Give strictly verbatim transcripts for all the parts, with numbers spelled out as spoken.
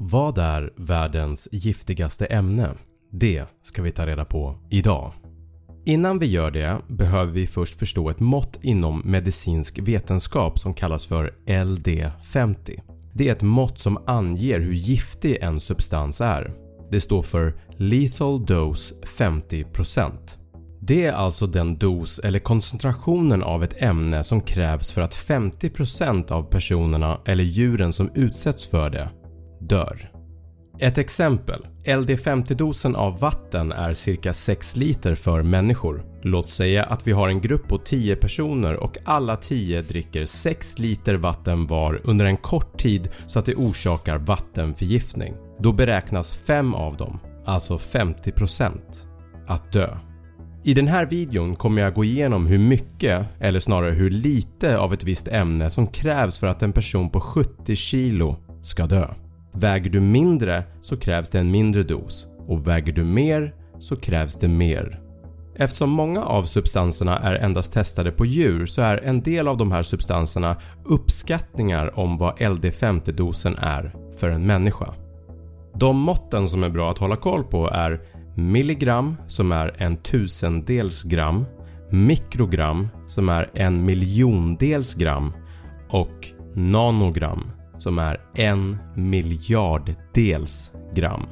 Vad är världens giftigaste ämne? Det ska vi ta reda på idag. Innan vi gör det behöver vi först förstå ett mått inom medicinsk vetenskap som kallas för L D femtio. Det är ett mått som anger hur giftig en substans är. Det står för Lethal Dose femtio procent. Det är alltså den dos eller koncentrationen av ett ämne som krävs för att femtio procent av personerna eller djuren som utsätts för det dör. Ett exempel, L D femtio-dosen av vatten är cirka sex liter för människor. Låt säga att vi har en grupp på tio personer och alla tio dricker sex liter vatten var under en kort tid så att det orsakar vattenförgiftning. Då beräknas fem av dem, alltså femtio procent, att dö. I den här videon kommer jag gå igenom hur mycket, eller snarare hur lite av ett visst ämne som krävs för att en person på sjuttio kilo ska dö. Väger du mindre så krävs det en mindre dos och väger du mer så krävs det mer. Eftersom många av substanserna är endast testade på djur så är en del av de här substanserna uppskattningar om vad L D femtio-dosen är för en människa. De måtten som är bra att hålla koll på är milligram som är en tusendels gram, mikrogram som är en miljondels gram och nanogram som är en miljarddels gram.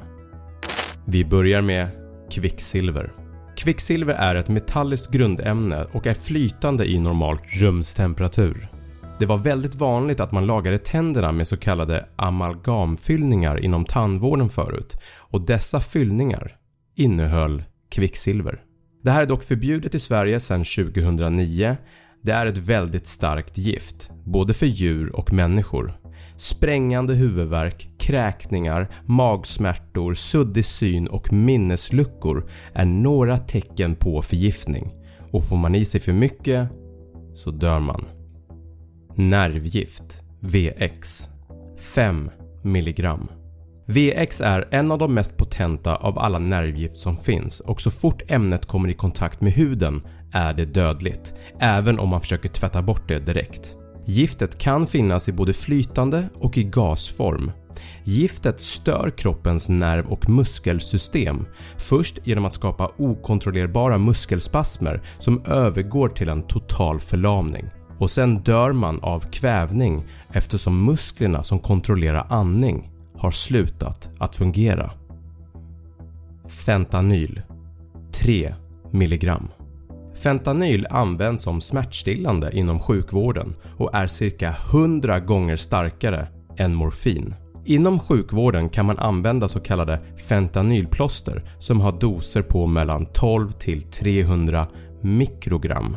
Vi börjar med kvicksilver. Kvicksilver är ett metalliskt grundämne och är flytande i normal rumstemperatur. Det var väldigt vanligt att man lagade tänderna med så kallade amalgamfyllningar inom tandvården förut, och dessa fyllningar innehöll kvicksilver. Det här är dock förbjudet i Sverige sedan tjugohundranio. Det är ett väldigt starkt gift, både för djur och människor. Sprängande huvudvärk, kräkningar, magsmärtor, suddig syn och minnesluckor är några tecken på förgiftning. Och får man i sig för mycket så dör man. Nervgift, V X, fem milligram. V X är en av de mest potenta av alla nervgift som finns och så fort ämnet kommer i kontakt med huden är det dödligt, även om man försöker tvätta bort det direkt. Giftet kan finnas i både flytande och i gasform. Giftet stör kroppens nerv- och muskelsystem, först genom att skapa okontrollerbara muskelspasmer som övergår till en total förlamning. Och sen dör man av kvävning eftersom musklerna som kontrollerar andning har slutat att fungera. Fentanyl, tre milligram. Fentanyl används som smärtstillande inom sjukvården och är cirka hundra gånger starkare än morfin. Inom sjukvården kan man använda så kallade fentanylplåster som har doser på mellan tolv till trehundra mikrogram.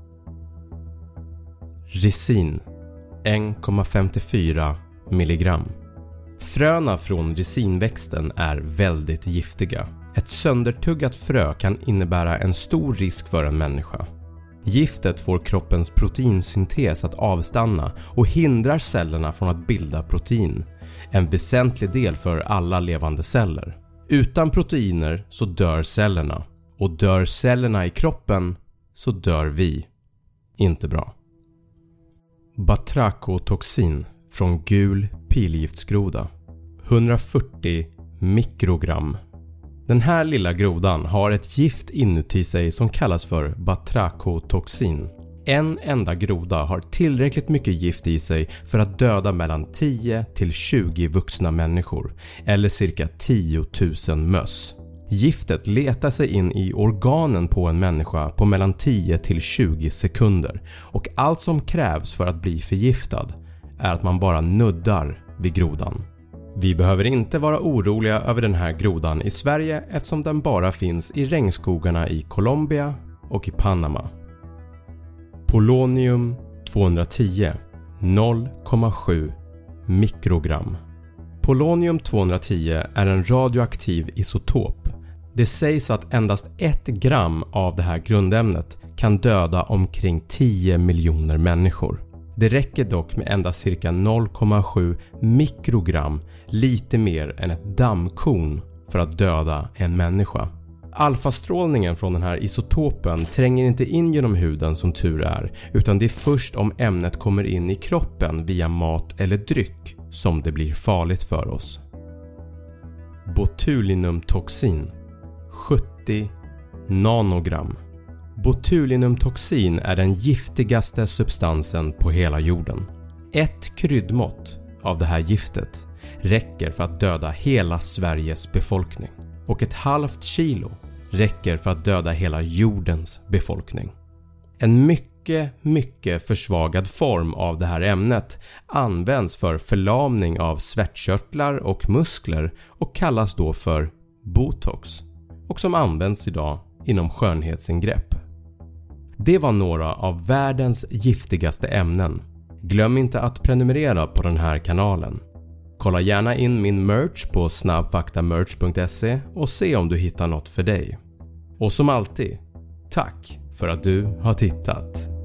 Resin, en komma femtiofyra milligram. Fröna från resinväxten är väldigt giftiga. Ett söndertuggat frö kan innebära en stor risk för en människa. Giftet får kroppens proteinsyntes att avstanna och hindrar cellerna från att bilda protein. En väsentlig del för alla levande celler. Utan proteiner så dör cellerna. Och dör cellerna i kroppen så dör vi. Inte bra. Batrachotoxin från gul pilgiftsgroda, hundrafyrtio mikrogram. Den här lilla grodan har ett gift inuti sig som kallas för batrachotoxin. En enda groda har tillräckligt mycket gift i sig för att döda mellan tio till tjugo vuxna människor, eller cirka tio tusen möss. Giftet letar sig in i organen på en människa på mellan tio till tjugo sekunder, och allt som krävs för att bli förgiftad är att man bara nuddar vid grodan. Vi behöver inte vara oroliga över den här grodan i Sverige eftersom den bara finns i regnskogarna i Colombia och i Panama. Polonium tvåhundratio, noll komma sju mikrogram. Polonium tvåhundratio är en radioaktiv isotop. Det sägs att endast ett gram av det här grundämnet kan döda omkring tio miljoner människor. Det räcker dock med endast cirka noll komma sju mikrogram, lite mer än ett dammkorn, för att döda en människa. Alfastrålningen från den här isotopen tränger inte in genom huden som tur är, utan det är först om ämnet kommer in i kroppen via mat eller dryck som det blir farligt för oss. botulinumtoxin, sjuttio nanogram. Botulinumtoxin är den giftigaste substansen på hela jorden. Ett kryddmått av det här giftet räcker för att döda hela Sveriges befolkning och ett halvt kilo räcker för att döda hela jordens befolkning. En mycket, mycket försvagad form av det här ämnet används för förlamning av svettkörtlar och muskler och kallas då för botox och som används idag inom skönhetsingrepp. Det var några av världens giftigaste ämnen. Glöm inte att prenumerera på den här kanalen. Kolla gärna in min merch på snabbfaktamerch punkt se och se om du hittar något för dig. Och som alltid, tack för att du har tittat.